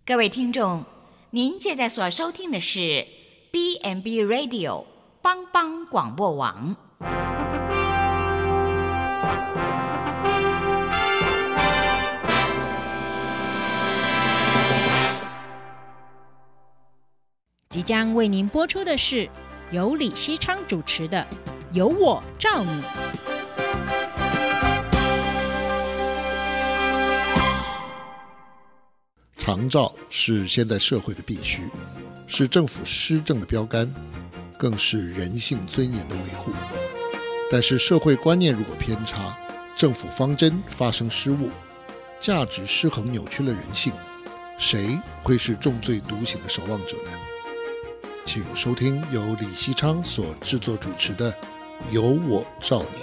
各位听众，您现在所收听的是 B&B Radio 帮帮广播网。 即将为您播出的是由李希昌主持的《有我照你》。 长照是现代社会的必须，是政府施政的标杆，更是人性尊严的维护。但是社会观念如果偏差，政府方针发生失误，价值失衡扭曲了人性，谁会是重罪独行的守望者呢？请收听由李希昌所制作主持的《有我照你》。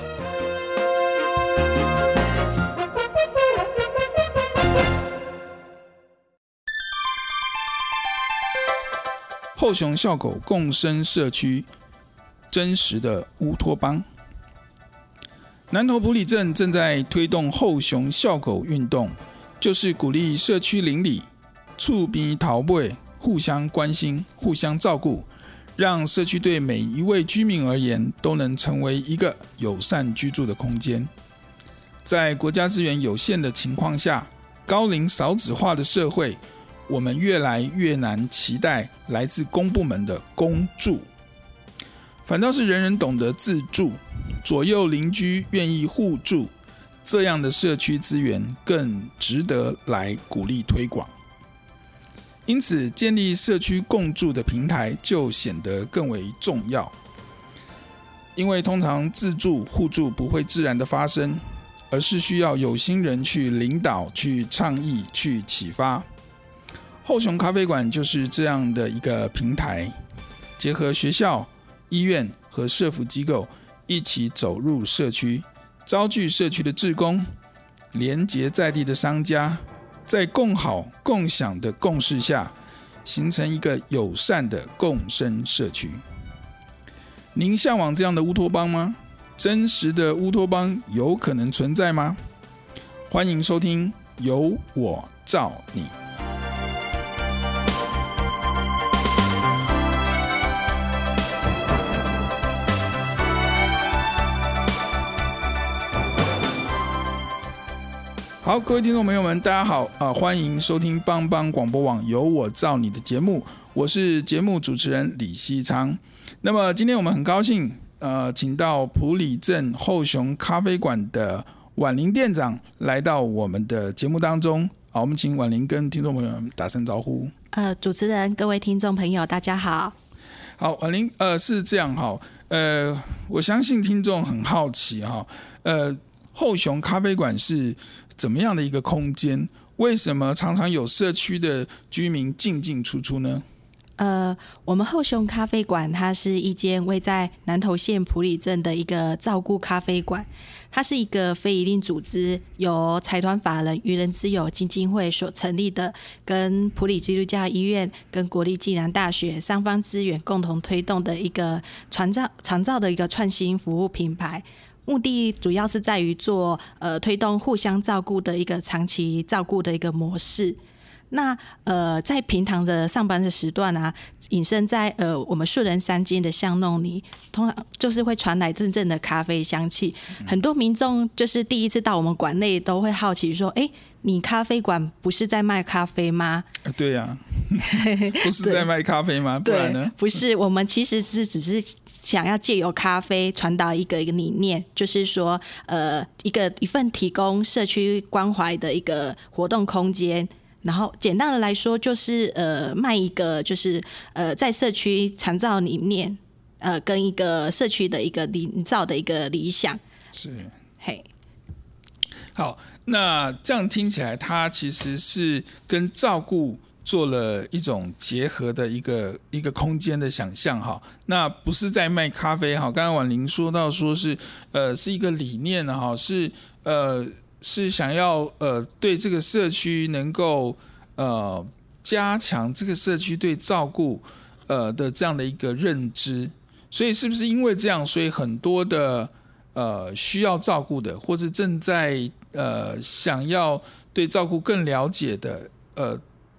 后熊笑狗共生社区，真实的乌托邦。南投埔里镇正在推动后熊笑狗运动，就是鼓励社区邻里厝边头尾互相关心、互相照顾，让社区对每一位居民而言都能成为一个友善居住的空间。在国家资源有限的情况下，高龄少子化的社会，我们越来越难期待来自公部门的公助，反倒是人人懂得自助，左右邻居愿意互助，这样的社区资源更值得来鼓励推广。因此，建立社区共住的平台就显得更为重要，因为通常自助互助不会自然的发生，而是需要有心人去领导、去倡议、去启发。后熊咖啡馆就是这样的一个平台，结合学校、医院和社福机构一起走入社区，招聚社区的志工，连结在地的商家，在共好共享的共识下，形成一个友善的共生社区。您向往这样的乌托邦吗？真实的乌托邦有可能存在吗？欢迎收听由我照你。好，各位听众朋友们，大家好，欢迎收听帮帮广播网由我照你的节目，我是节目主持人李希昌。那么今天我们很高兴，请到埔里镇后熊咖啡馆的婉玲店长来到我们的节目当中。好，我们请婉玲跟听众朋友们打声招呼。 主持人、各位听众朋友，大家好。 好，婉玲，是这样哈，我相信听众很好奇哈，后熊咖啡馆是怎么样的一个空间？为什么常常有社区的居民进进出出呢？ 我们后熊咖啡馆，它是一间位在南投县埔里镇的一个照顾咖啡馆。它是一个非营利组织，由财团法人渔人之友基金会所成立的，跟埔里基督教医院跟国立暨南大学三方资源共同推动的一个长照的一个创新服务品牌。目的主要是在于做推动互相照顾的一个长期照顾的一个模式。那在平常的上班的时段啊，隐身在我们树人三间的巷弄里，通常就是会传来阵阵的咖啡香气。很多民众就是第一次到我们馆内，都会好奇说：“你咖啡馆不是在卖咖啡吗？”对呀、不是在卖咖啡吗？不然呢？不是，我们其实只是想要借由咖啡传导一个理念，就是说，一份提供社区关怀的一个活动空间。然后简单的来说，就是卖一个就是在社区长照理念，跟一个社区的一个营造的一个理想。是，嘿，好，那这样听起来，它其实是跟照顾做了一种结合的一个空间的想象哈。那不是在卖咖啡哈，刚刚婉玲说到说是是一个理念哈，是想要对这个社区能够加强这个社区对照顾的这样的一个认知，所以是不是因为这样，所以很多的需要照顾的，或者正在想要对照顾更了解的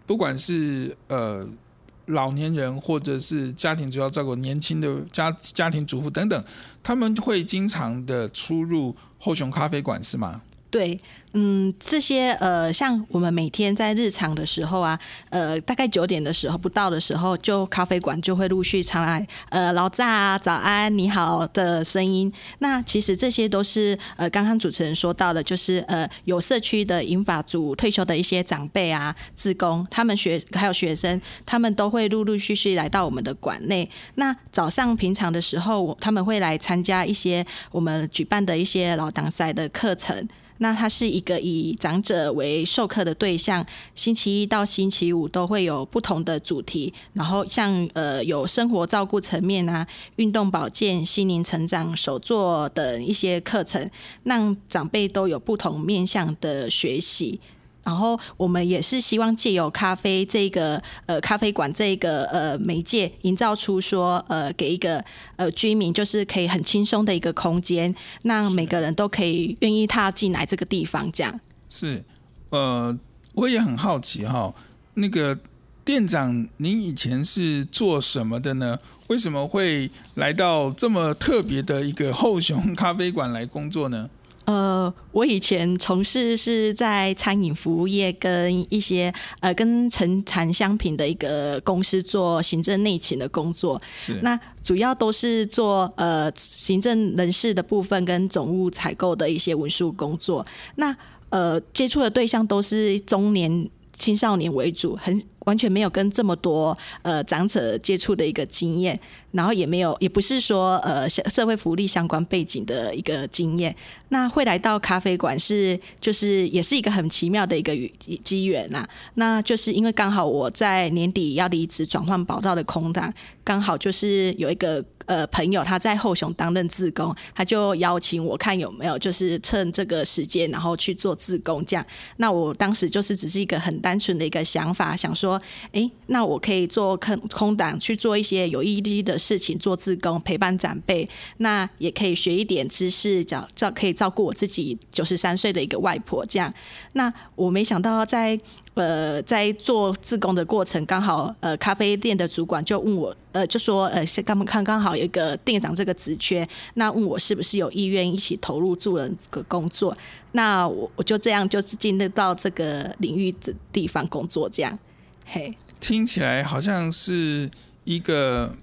不管是老年人或者是家庭主要照顾年轻的家庭主妇等等，他们会经常的出入后熊咖啡馆是吗？ 对，这些像我们每天在日常的时候啊，大概9点的时候不到的时候，就咖啡馆就会陆续传来老炸啊、早安、你好的声音。那其实这些都是刚刚主持人说到的，就是有社区的银发族退休的一些长辈啊、志工，他们还有学生，他们都会陆陆续续来到我们的馆内。那早上平常的时候，他们会来参加一些我们举办的一些老党赛的课程。那它是一个以长者为授课的对象，星期一到星期五都会有不同的主题，然后像有生活照顾层面啊、运动保健、心灵成长、手作等一些课程，让长辈都有不同面向的学习。然后我们也是希望借由咖啡这个咖啡馆这个媒介，营造出说给一个居民就是可以很轻松的一个空间，让每个人都可以愿意踏进来这个地方。这样是我也很好奇哈，那个店长您以前是做什么的呢？为什么会来到这么特别的一个后熊咖啡馆来工作呢？ 我以前从事是在餐饮服务业跟一些跟成产香品的一个公司做行政内勤的工作， 是那主要都是做行政人事的部分跟总务采购的一些文书工作。那接触的对象都是中年青少年为主，完全没有跟这么多长者接触的一个经验，然后也不是说社会福利相关背景的一个经验。那会来到咖啡馆就是也是一个很奇妙的一个机缘呐。那就是因为刚好我在年底要离职转换跑道的空档，刚好就是有一个朋友他在后熊担任志工，他就邀请我看有没有就是趁这个时间然后去做志工这样。那我当时就是只是一个很单纯的一个想法，想说那我可以做空档去做一些有意义的事情，做志工陪伴长辈，那也可以学一点知识，可以照顾我自己93岁的一个外婆这样。那我没想到在做志工的过程，刚好咖啡店的主管就问我就说刚好有一个店长这个职缺，那问我是不是有意愿一起投入助人的工作。那我就这样就是进入到这个领域的地方工作这样。嘿， 听起来好像是一个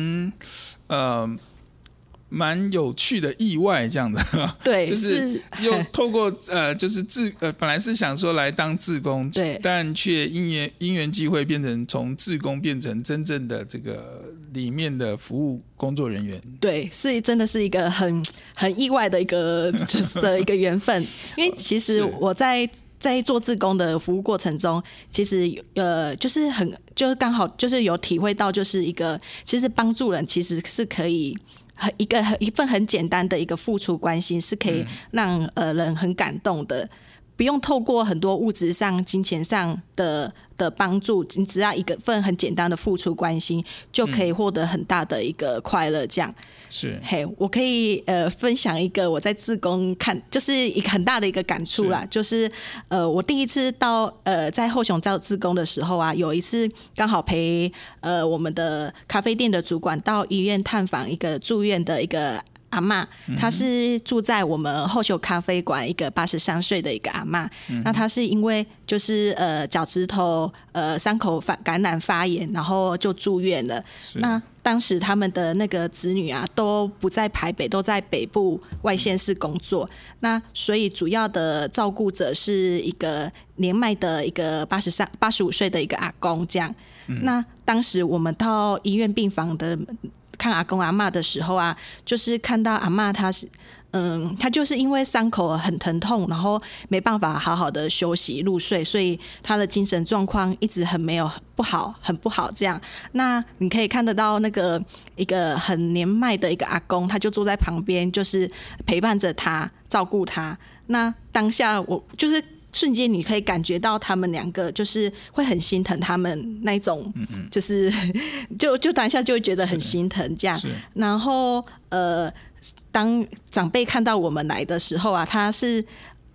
蛮有趣的意外这样的。 对， 就是又透过就是本来是想说来当志工， 对， 但却因缘际会变成从志工变成真正的这个里面的服务工作人员。 对，真的是一个很意外的一个的一个缘分。因为其实我在做志工的服务过程中，其实就是刚好就是有体会到，就是一个其实帮助人其实是可以一份很简单的一个付出关心，是可以让人很感动的，不用透过很多物质上、金钱上的帮助，你只要一个份很简单的付出关心，就可以获得很大的一个快乐。这样是， 我可以分享一个我在志工就是一个很大的一个感触啦，就是我第一次到在后熊做志工的时候啊，有一次刚好陪我们的咖啡店的主管到医院探访一个住院的一个阿嬷，她是住在我们后熊咖啡馆一个83岁的一个阿嬷。那她是因为就是脚趾头伤口感染发炎，然后就住院了。那当时他们的那个子女啊都不在台北，都在北部外县市工作。那所以主要的照顾者是一个年迈的一个85岁的一个阿公这样。那当时我们到医院病房的看阿公阿嬷的时候啊，就是看到阿嬷她就是因为伤口很疼痛，然后没办法好好的休息入睡，所以她的精神状况一直很不好这样。那你可以看得到那个一个很年迈的一个阿公，他就坐在旁边，就是陪伴着他，照顾他。那当下我就是瞬间你可以感觉到他们两个就是会很心疼他们那种，就是就当下就会觉得很心疼这样。然后当长辈看到我们来的时候啊，他是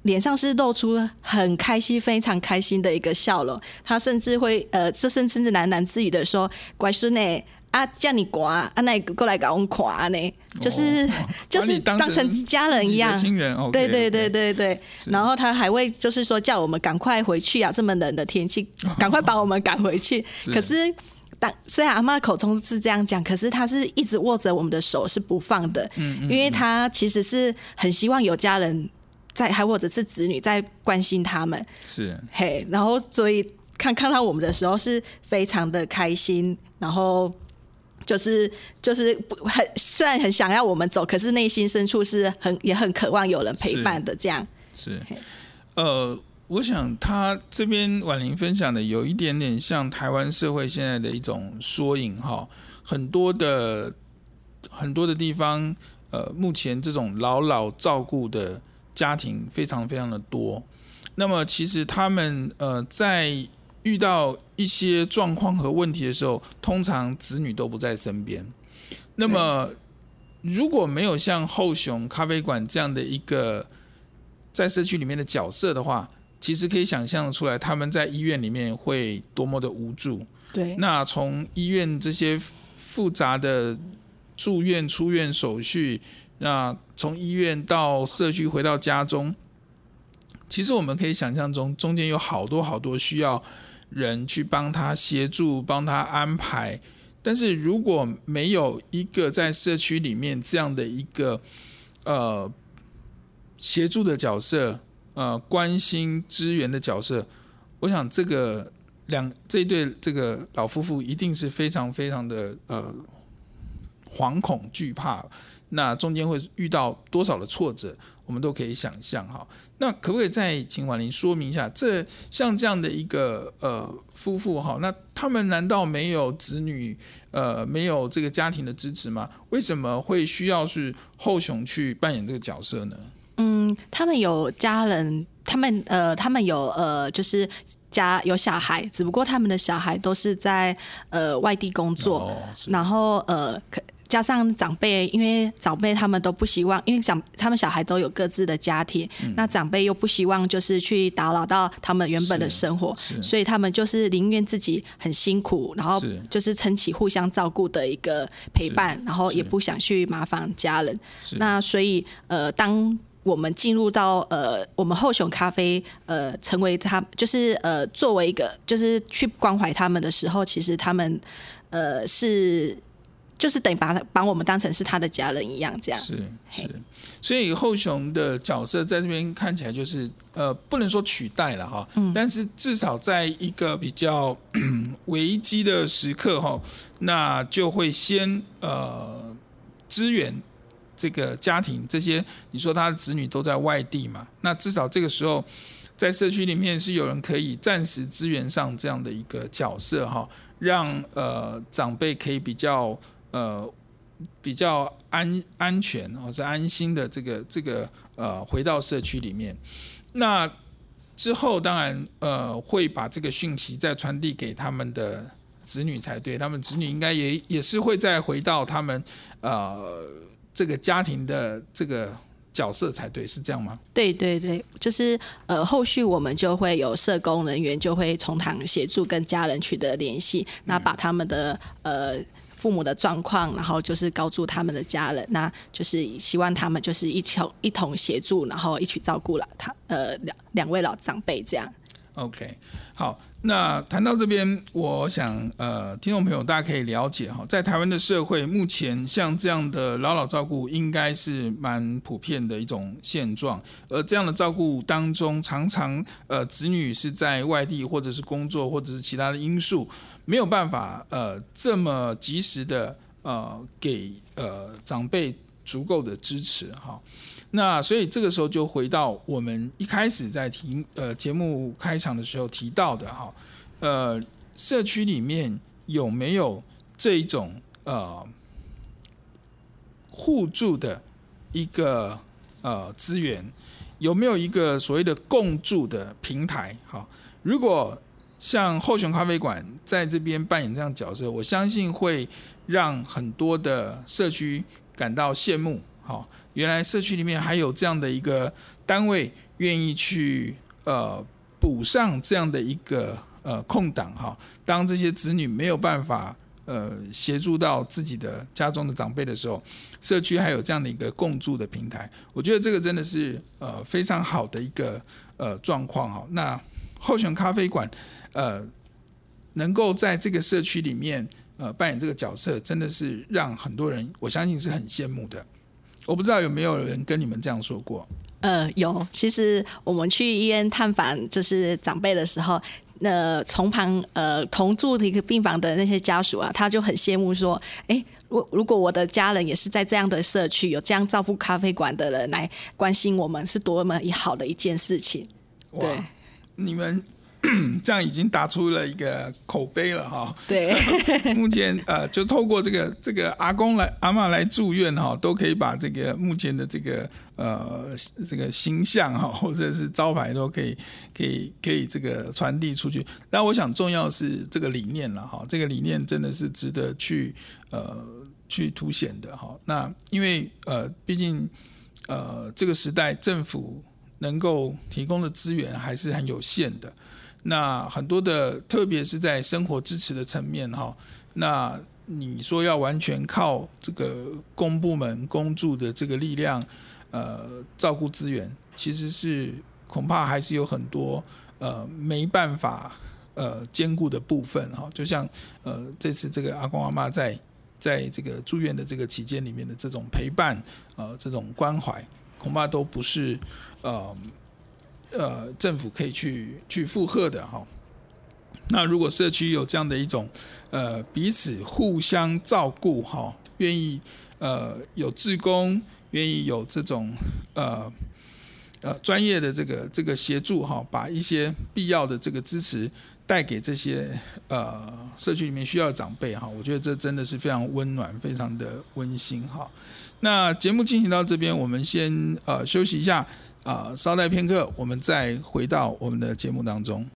脸上是露出很开心、非常开心的一个笑容。他甚至会甚至喃喃自语的说：“乖孙呢，啊，叫你刮啊，那过来给我们夸呢。”就是当成家人一样， 亲人。 对对对对对。然后他还会就是说叫我们赶快回去啊，这么冷的天气，赶快把我们赶回去。可是虽然阿嬷口中是这样讲，可是他是一直握着我们的手是不放的，因为他其实是很希望有家人在，还或者是子女在关心他们。 是， 嘿，然后所以看到我们的时候是非常的开心，然后就是虽然很想要我们走，可是内心深处是也很渴望有人陪伴的这样。 是，我想他这边婉玲分享的有一点点像台湾社会现在的一种缩影哈，很多的地方，目前这种老照顾的家庭非常非常的多。那么其实他们在遇到一些状况和问题的时候，通常子女都不在身边。那么如果没有像后熊咖啡馆这样的一个在社区里面的角色的话，其实可以想象出来他们在医院里面会多么的无助。 对， 那从医院这些复杂的住院出院手续，那从医院到社区回到家中，其实我们可以想象中间有好多需要人去帮他协助，帮他安排。但是如果没有一个在社区里面这样的一个协助的角色，关心支援的角色，我想这一对这个老夫妇一定是非常非常的惶恐惧怕，那中间会遇到多少的挫折，我们都可以想象哈。那可不可以再请婉玲说明一下，像这样的一个夫妇哈，那他们难道没有子女没有这个家庭的支持吗？为什么会需要是后熊去扮演这个角色呢？ 他们有家人，他们有就是有小孩，只不过他们的小孩都是在外地工作，然后加上长辈，因为长辈他们都不希望，因为他们小孩都有各自的家庭，那长辈又不希望就是去打扰到他们原本的生活，所以他们就是宁愿自己很辛苦，然后就是撑起互相照顾的一个陪伴，然后也不想去麻烦家人。那所以当我们进入到我们后熊咖啡成为他就是作为一个就是去关怀他们的时候，其实他们就是等于把我们当成是他的家人一样，这样是。 所以后熊的角色在这边看起来就是不能说取代了哈，但是至少在一个比较危机的时刻哈，那就会先支援这个家庭，这些你说他的子女都在外地嘛，那至少这个时候在社区里面是有人可以暂时支援上这样的一个角色哈，让长辈可以比较安全或者安心的这个回到社区里面。那之后当然会把这个讯息再传递给他们的子女才对，他们子女应该也是会再回到他们这个家庭的这个角色才对，是这样吗？ 对对对，就是后续我们就会有社工人员就会从旁协助跟家人取得联系，那把他们的父母的状况，然后就是告诉他们的家人，那就是希望他们就是一同协助，然后一起照顾两位老长辈这样。 OK， 好，那谈到这边，我想听众朋友大家可以了解哈，在台湾的社会，目前像这样的老照顾应该是蛮普遍的一种现状，而这样的照顾当中，常常子女是在外地或者是工作或者是其他的因素，没有办法这么及时的给长辈足够的支持哈。那所以这个时候就回到我们一开始在节目开场的时候提到的哈，社区里面有没有这一种互助的一个资源，有没有一个所谓的共助的平台？好，如果像后熊咖啡馆在这边扮演这样角色，我相信会让很多的社区感到羡慕。好，原来社区里面还有这样的一个单位愿意去补上这样的一个空档哈。当这些子女没有办法协助到自己的家中的长辈的时候，社区还有这样的一个共住的平台，我觉得这个真的是非常好的一个状况哈。那后熊咖啡馆能够在这个社区里面扮演这个角色，真的是让很多人我相信是很羡慕的。我不知道有没有人跟你们这样说过？ 有。其实我们去医院探访就是长辈的时候，从旁同住的一个病房的那些家属啊，他就很羡慕说，如果我的家人也是在这样的社区，有这样照顾咖啡馆的人来关心我们，是多么好的一件事情。对， 你们这样已经打出了一个口碑了哈。 对， 目前就透过这个阿公阿嬷来住院哈，都可以把这个目前的这个形象哈，或者是招牌都可以这个传递出去。但我想重要是这个理念了哈，这个理念真的是值得去凸显的哈。那因为毕竟这个时代政府能够提供的资源还是很有限的。那很多的，特别是在生活支持的层面哈，那你说要完全靠这个公部门公助的这个力量照顾资源，其实是恐怕还是有很多没办法兼顾的部分哈。就像这次这个阿公阿嬷在这个住院的这个期间里面的这种陪伴这种关怀，恐怕都不是政府可以去负荷的哈。那如果社区有这样的一种彼此互相照顾哈，愿意有志工，愿意有这种专业的这个协助哈，把一些必要的这个支持带给这些社区里面需要的长辈哈，我觉得这真的是非常温暖，非常的温馨哈。那节目进行到这边，我们先休息一下稍待片刻，我们再回到我们的节目当中。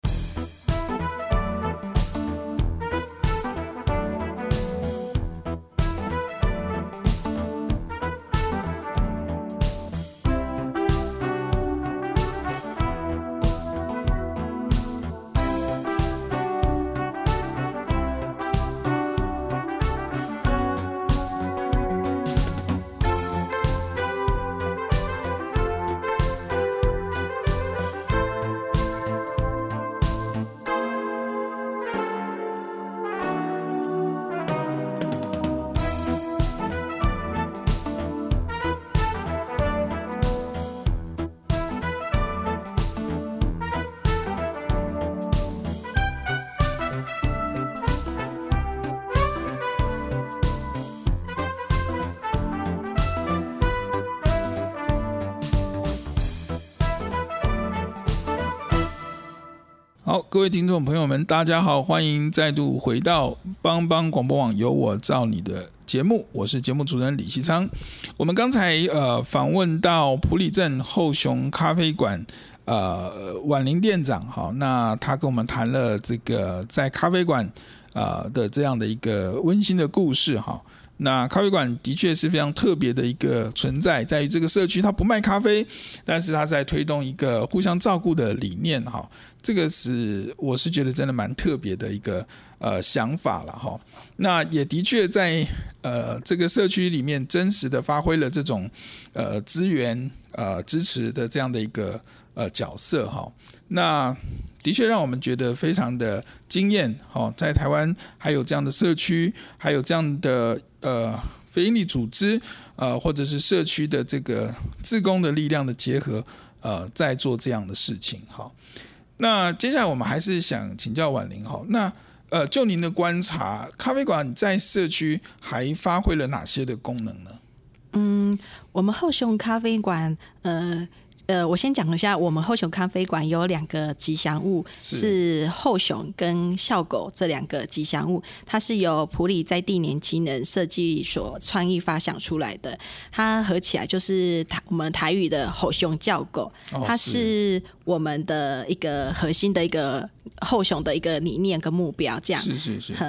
好，各位听众朋友们，大家好，欢迎再度回到帮帮广播网有我照你的节目，我是节目主持人李希昌。我们刚才访问到埔里镇后熊咖啡馆婉玲店长，好，那他跟我们谈了这个在咖啡馆的这样的一个温馨的故事哈。那咖啡馆的确是非常特别的一个存在，在于这个社区它不卖咖啡，但是它在推动一个互相照顾的理念哈。这个我是觉得真的蛮特别的一个想法了哈。那也的确在这个社区里面真实的发挥了这种资源支持的这样的一个角色哈。那的确让我们觉得非常的惊艳在台湾还有这样的社区，还有这样的非营利组织或者是社区的这个志工的力量的结合在做这样的事情哈。那接下来我们还是想请教婉玲哈，那就您的观察，咖啡馆在社区还发挥了哪些的功能呢？ 我们后熊咖啡馆我先讲一下，我们后熊咖啡馆有2个吉祥物，是后熊跟笑狗这2个吉祥物，它是由埔里在地年轻人设计所创意发想出来的，它合起来就是我们台语的吼熊叫狗，它是我们的一个核心的一个后熊的一个理念跟目标，这样是。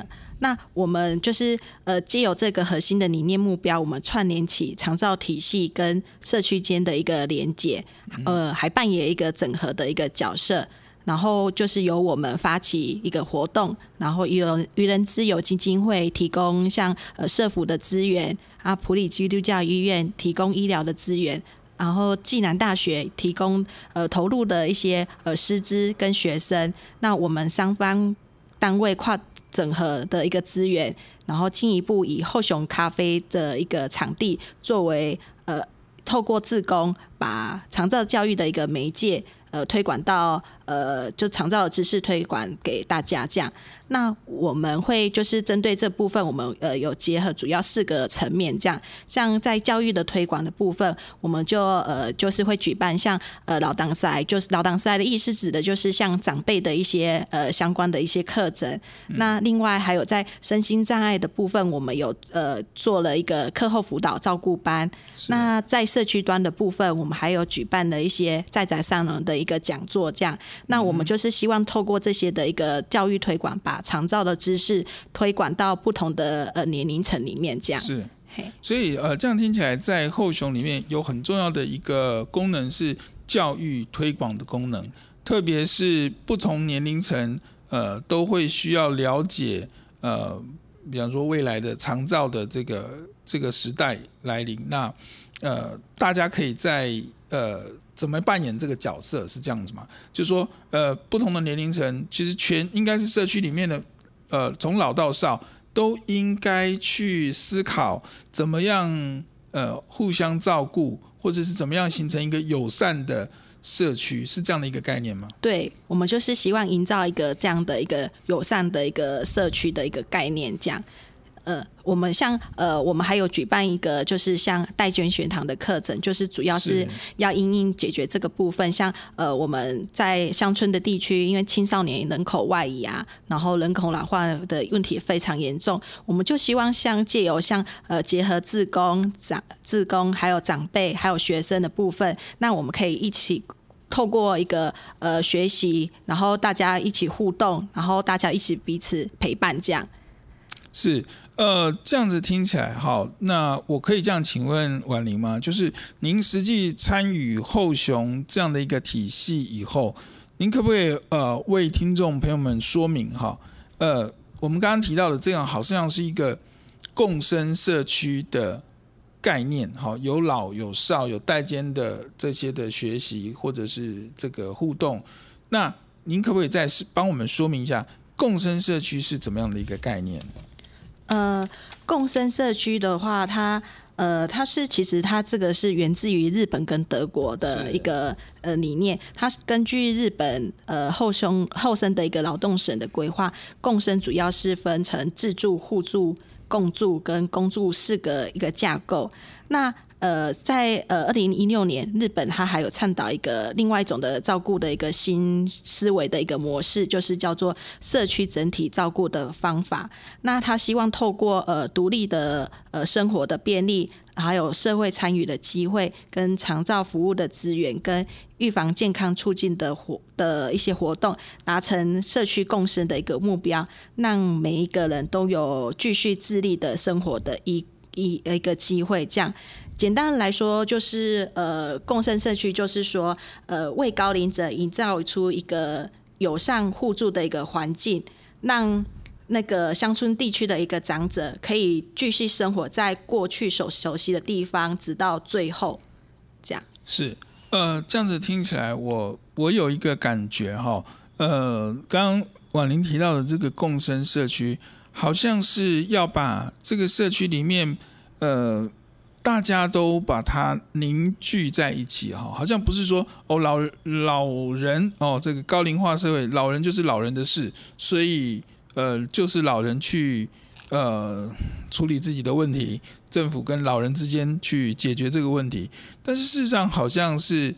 那我们就是藉由这个核心的理念目标，我们串联起长照体系跟社区间的一个连结，还扮演一个整合的一个角色。然后就是由我们发起一个活动，然后愚人之友基金会提供像社福的资源啊，埔里基督教医院提供医疗的资源，然后暨南大学提供投入的一些师资跟学生，那我们双方单位跨整合的一个资源，然后进一步以后熊咖啡的一个场地作为透过志工把长照教育的一个媒介推广到就长照的知识推广给大家这样。那我们会就是针对这部分，我们有结合主要4个层面这样。像在教育的推广的部分，我们就是会举办像老当赛，就是老当赛的意思指的就是像长辈的一些相关的一些课程。那另外还有在身心障碍的部分，我们有做了一个课后辅导照顾班。那在社区端的部分，我们还有举办了一些在宅上人的一个讲座这样。那我们就是希望透过这些的一个教育推广，把长照的知识推广到不同的年龄层里面这样。 是，所以这样听起来，在后熊里面有很重要的一个功能是教育推广的功能，特别是不同年龄层都会需要了解比方说未来的长照的这个时代来临，那大家可以在怎么扮演这个角色，是这样子吗？就是说不同的年龄层其实应该是社区里面的从老到少都应该去思考怎么样互相照顾，或者是怎么样形成一个友善的社区，是这样的一个概念吗？ 对，我们就是希望营造一个这样的一个友善的一个社区的一个概念这样。我们像我们还有举办一个就是像带捐学堂的课程，就是主要是要因应解决这个部分。像我们在乡村的地区，因为青少年人口外移啊，然后人口老化的问题非常严重，我们就希望借由结合志工还有长辈还有学生的部分，那我们可以一起透过一个学习，然后大家一起互动，然后大家一起彼此陪伴这样。 是这样子听起来好，那我可以这样请问婉玲吗？就是您实际参与后熊这样的一个体系以后，您可不可以为听众朋友们说明哈？我们刚刚提到的这样好像是一个共生社区的概念，有老有少有代间的这些的学习或者是这个互动，那您可不可以再帮我们说明一下共生社区是怎么样的一个概念？ 共生社区的话，它是其实它这个是源自于日本跟德国的一个理念，它是根据日本后生的一个劳动省的规划，共生主要是分成自住、互住、共住跟公住4个一个架构。那在2016年，日本它还有倡导一个另外一种的照顾的一个新思维的一个模式，就是叫做社区整体照顾的方法。那他希望透过独立的生活的便利，还有社会参与的机会，跟长照服务的资源，跟预防健康促进的一些活动，达成社区共生的一个目标，让每一个人都有继续自立的生活的一个机会。这样简单来说，就是共生社区就是说为高龄者营造出一个友善互助的一个环境，让那个乡村地区的一个长者可以继续生活在过去熟悉的地方，直到最后。这样是这样子听起来我有一个感觉哈，刚刚婉玲提到的这个共生社区，好像是要把这个社区里面大家都把它凝聚在一起，好像不是说老人这个高龄化社会，老人就是老人的事，所以就是老人去处理自己的问题，政府跟老人之间去解决这个问题。但是事实上好像是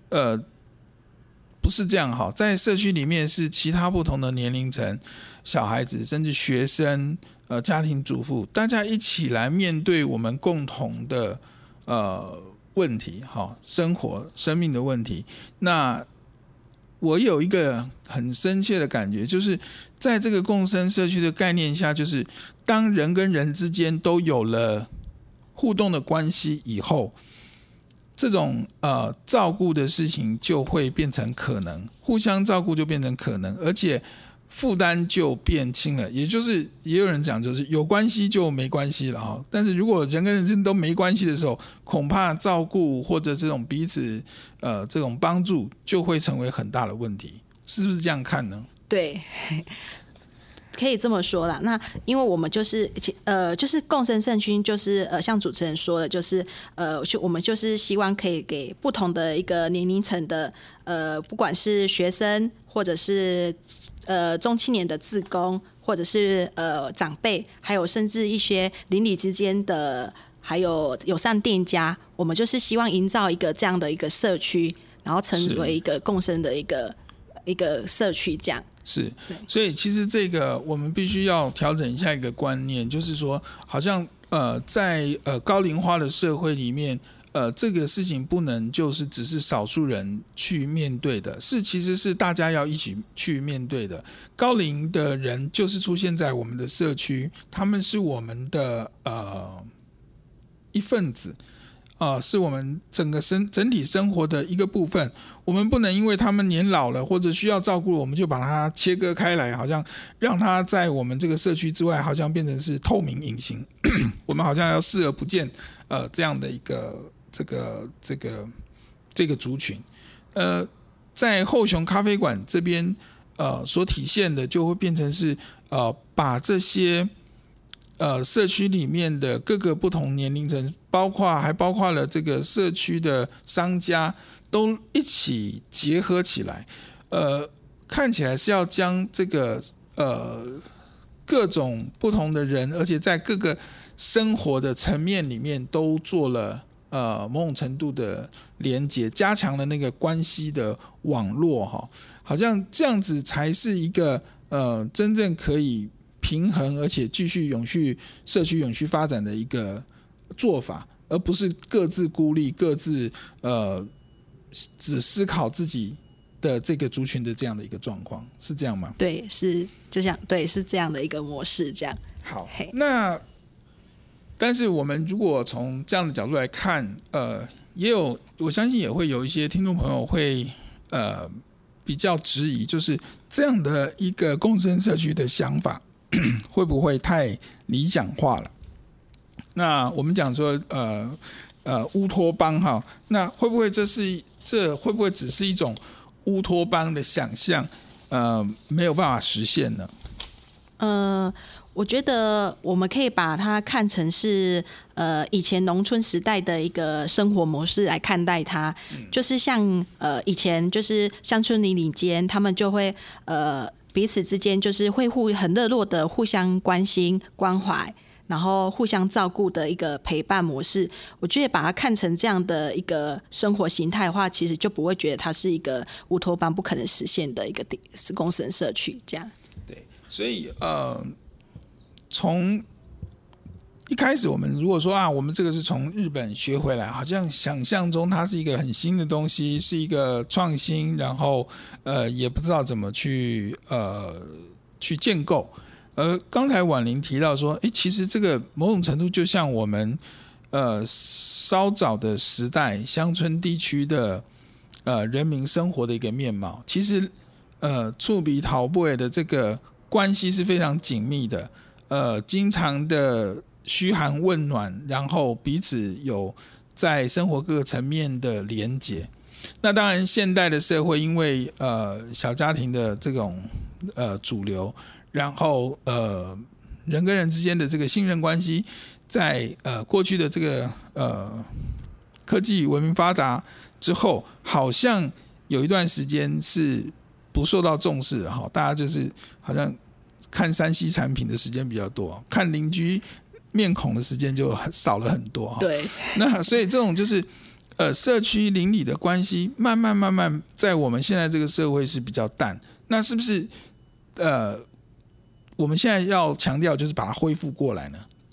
不是这样，在社区里面是其他不同的年龄层，小孩子甚至学生家庭主妇，大家一起来面对我们共同的问题，生活生命的问题。那我有一个很深切的感觉，就是在这个共生社区的概念下，就是当人跟人之间都有了互动的关系以后，这种照顾的事情就会变成可能，互相照顾就变成可能，而且负担就变轻了。也就是也有人讲，就是有关系就没关系了哈。但是如果人跟人之间都没关系的时候，恐怕照顾或者这种彼此这种帮助就会成为很大的问题，是不是这样看呢？ 对。可以这么说啦，那因为我们就是共生社区，就是像主持人说的，就是我们就是希望可以给不同的一个年龄层的不管是学生或者是中青年的志工，或者是长辈，还有甚至一些邻里之间的，还有友善店家，我们就是希望营造一个这样的一个社区，然后成为一个共生的一个社区这样。 是，所以其实这个我们必须要调整一下一个观念，就是说，好像在高龄化的社会里面，这个事情不能就是只是少数人去面对的，其实是大家要一起去面对的。高龄的人就是出现在我们的社区，他们是我们的一份子。是我们整体生活的一个部分，我们不能因为他们年老了或者需要照顾，我们就把它切割开来，好像让他在我们这个社区之外，好像变成是透明隐形，我们好像要视而不见这样的一个这个族群。在后熊咖啡馆这边所体现的，就会变成是把这些社区里面的各个不同年龄层，还包括了这个社区的商家，都一起结合起来。看起来是要将这个各种不同的人，而且在各个生活的层面里面都做了某种程度的连结，加强了那个关系的网络哈，好像这样子才是一个真正可以平衡而且继续社区永续发展的一个做法，而不是各自孤立，各自只思考自己的这个族群的这样的一个状况，是这样吗？ 对，是就像对，是这样的一个模式，这样。 好，那但是我们如果从这样的角度来看，我相信也会有一些听众朋友会比较质疑，就是这样的一个共生社区的想法会不会太理想化了？那我们讲说乌托邦哈，那会不会这会不会只是一种乌托邦的想象，没有办法实现呢？ 我觉得我们可以把它看成是以前农村时代的一个生活模式来看待它，就是像以前就是乡村邻里间，他们就会彼此之间就是会很热络的互相关心关怀，然后互相照顾的一个陪伴模式。我觉得把它看成这样的一个生活形态的话，其实就不会觉得它是一个乌托邦不可能实现的一个共生社区这样。 对，所以从一开始我们如果说我们这个是从日本学回来，好像想象中它是一个很新的东西，是一个创新，然后也不知道怎么去建构。刚才婉玲提到说，其实这个某种程度就像我们稍早的时代乡村地区的人民生活的一个面貌。其实厝边头尾的这个关系是非常紧密的，经常的嘘寒问暖，然后彼此有在生活各个层面的连结。那当然现代的社会因为小家庭的这种主流，然后人跟人之间的这个信任关系，在过去的这个科技文明发达之后，好像有一段时间是不受到重视的，大家就是好像看3C 产品的时间比较多，看邻居面孔的时间就少了很多。 对， 那所以这种就是社区邻里的关系慢慢在我们现在这个社会是比较淡。那是不是我们现在要强调就是把它恢复过来呢？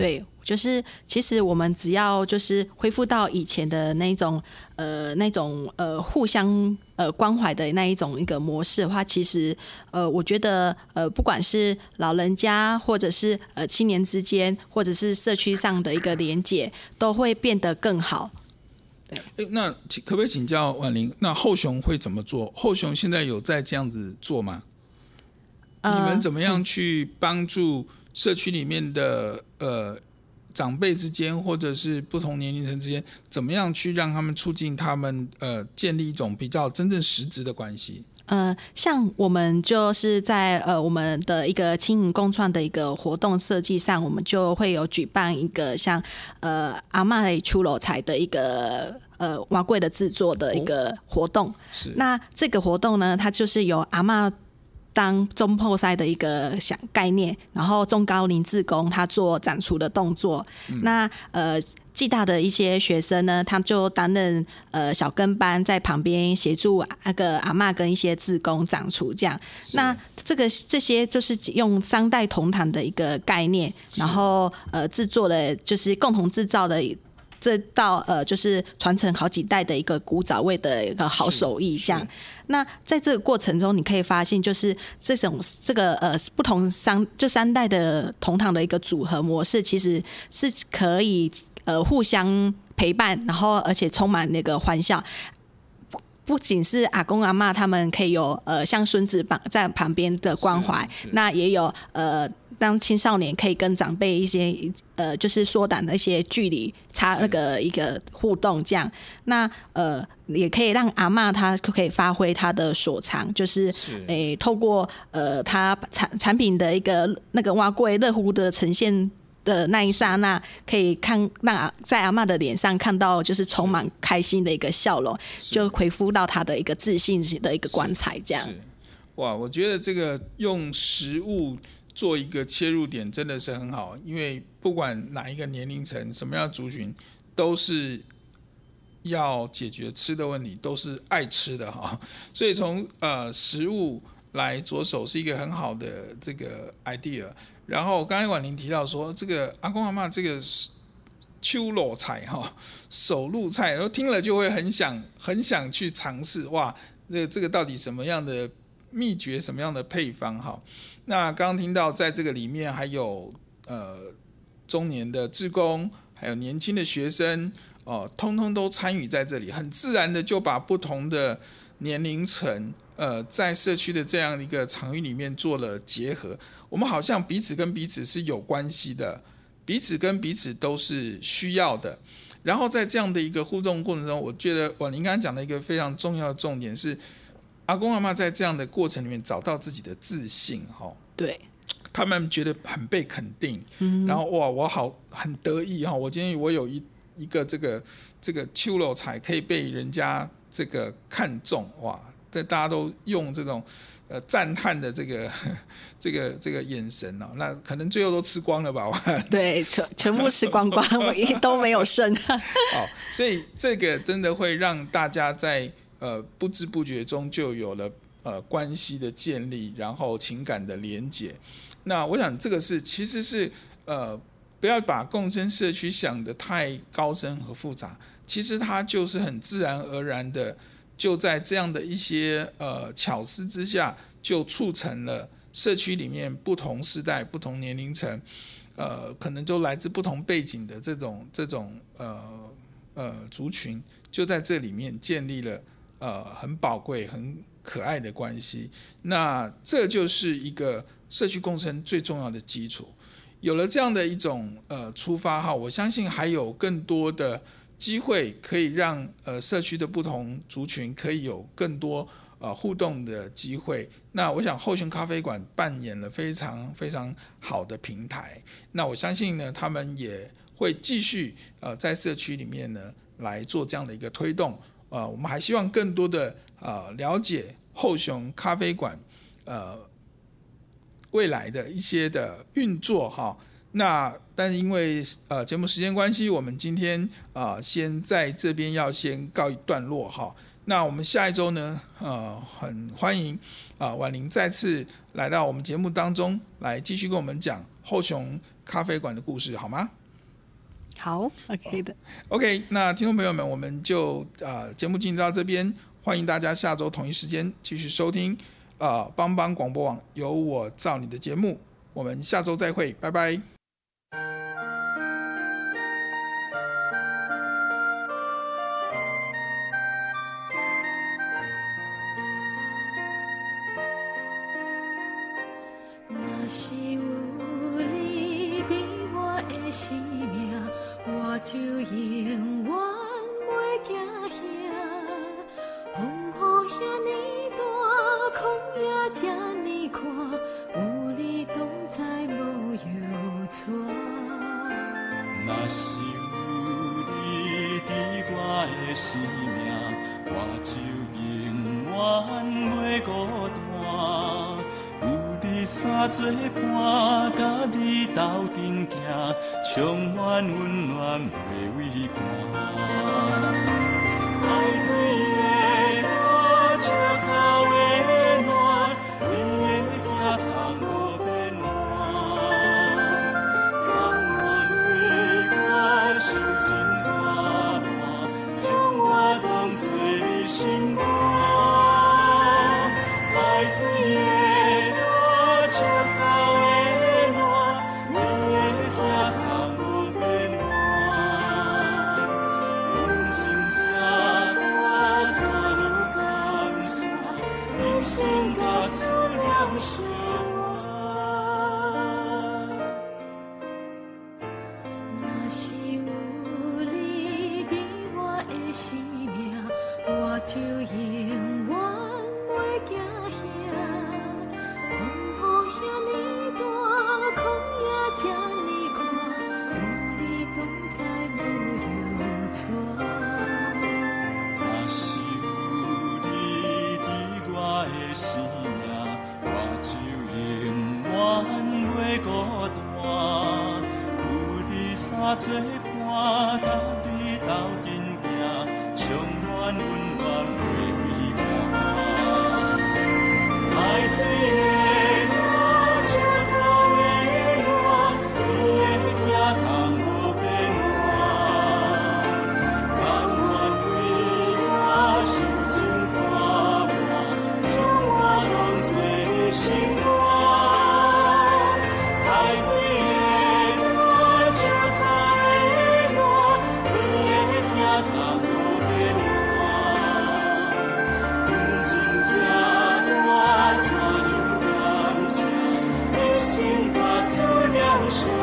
对，就是其实我们只要就是恢复到以前的那种互相关怀的那一种一个模式的话，其实我觉得不管是老人家或者是青年之间，或者是社区上的一个连结，都会变得更好。 那可不可以请教婉玲，那后熊会怎么做？后熊现在有在这样子做吗？你们怎么样去帮助社区里面的长辈之间，或者是不同年龄层之间，怎么样去让他们促进他们建立一种比较真正实质的关系？ 像我们就是在我们的一个青银共创的一个活动设计上，我们就会有举办一个像阿嬷的出炉菜的一个碗粿的制作的一个活动。那这个活动呢，它就是由阿嬷当中破塞的一个概念，然后中高龄志工他做斩除的动作。那暨大的一些学生呢，他就担任小跟班，在旁边协助那个阿嬷跟一些志工斩除这样。那这些就是用商代同堂的一个概念，然后制作的就是共同制造的。这到就是传承好几代的一个古早味的一个好手艺，这样。那在这个过程中，你可以发现，就是这个不同三代的同堂的一个组合模式，其实是可以互相陪伴，然后而且充满那个欢笑。不仅是阿公阿嬷他们可以有像孙子在旁边的关怀，那也有让青少年可以跟长辈一些就是缩短的一些距离，差那个一个互动这样。那也可以让阿嬷她可以发挥她的所长，就是透过她产品的一个那个碗粿热乎的呈现的那一刹那，可以让在阿嬷的脸上看到就是充满开心的一个笑容，就恢复到她的一个自信的一个光彩这样。 哇，我觉得这个用食物做一个切入点真的是很好，因为不管哪一个年龄层、什么样的族群，都是要解决吃的问题，都是爱吃的哈。所以从食物来着手是一个很好的这个 idea。然后刚才婉玲提到说，这个阿公阿嬷这个手路菜哈，手路菜，然后听了就会很想去尝试。哇，这个到底什么样的秘诀，什么样的配方哈？那刚刚听到在这个里面还有中年的志工，还有年轻的学生通通都参与在这里，很自然的就把不同的年龄层在社区的这样一个场域里面做了结合。我们好像彼此跟彼此是有关系的，彼此跟彼此都是需要的。然后在这样的一个互动过程中，我觉得婉玲刚刚讲的一个非常重要的重点是，阿公阿嬷在这样的过程里面找到自己的自信， 对， 他们觉得很被肯定，然后哇，我很得意哈，我今天我有一个这个手路菜可以被人家这个看中，哇，大家都用这种赞叹的这个眼神那可能最后都吃光了吧？ 对，全部吃光光，都没有剩。 所以这个真的会让大家在不知不觉中就有了关系的建立，然后情感的连结。那我想这个其实是不要把共生社区想得太高深和复杂，其实它就是很自然而然的，就在这样的一些巧思之下，就促成了社区里面不同世代、不同年龄层，可能都来自不同背景的这种族群，就在这里面建立了很宝贵、很可爱的关系。那这就是一个社区共生最重要的基础。有了这样的一种出发哈，我相信还有更多的机会可以让社区的不同族群可以有更多互动的机会。那我想后熊咖啡馆扮演了非常非常好的平台。那我相信呢，他们也会继续在社区里面呢来做这样的一个推动。我们还希望更多的了解后熊咖啡馆未来的一些的运作哈。那但因为节目时间关系，我们今天先在这边要先告一段落哈。那我们下一周呢很欢迎婉玲再次来到我们节目当中，来继续跟我们讲后熊咖啡馆的故事，好吗？ 好 ，OK 的。 OK， 那听众朋友们，我们就节目进行到这边，欢迎大家下周同一时间继续收听帮帮广播网由我造你的节目，我们下周再会，拜拜。 若是有你伫我的生命，我就永远袂惊吓。风雨遐尼大，空也这尼宽，有你同在无忧愁。 若是有你伫我的生命，我就永远袂孤单。三做伴，甲你斗阵行，充满温暖袂畏寒。爱水的路，石头的暖，你的疼痛无变换。甘愿为我受尽大难，将我当作你心肝。爱水的石头的暖，你的疼痛无变换。阮情这大，怎样感谢？人生甲自然相伴。若是有你伫我的生命，我就永远袂惊吓。遐尼大，空也这尼宽，有你同在无忧愁。若是有你伫我的生命，我就永远袂孤单。有你相做伴，甲你斗阵行，充满温暖袂畏寒。爱水的石头的暖，你的疼痛无变换。甘愿为我受尽大难，将我当作你心肝。爱水的石头的暖，你的疼痛无变换。阮情这大，怎样感谢？心甲自然说。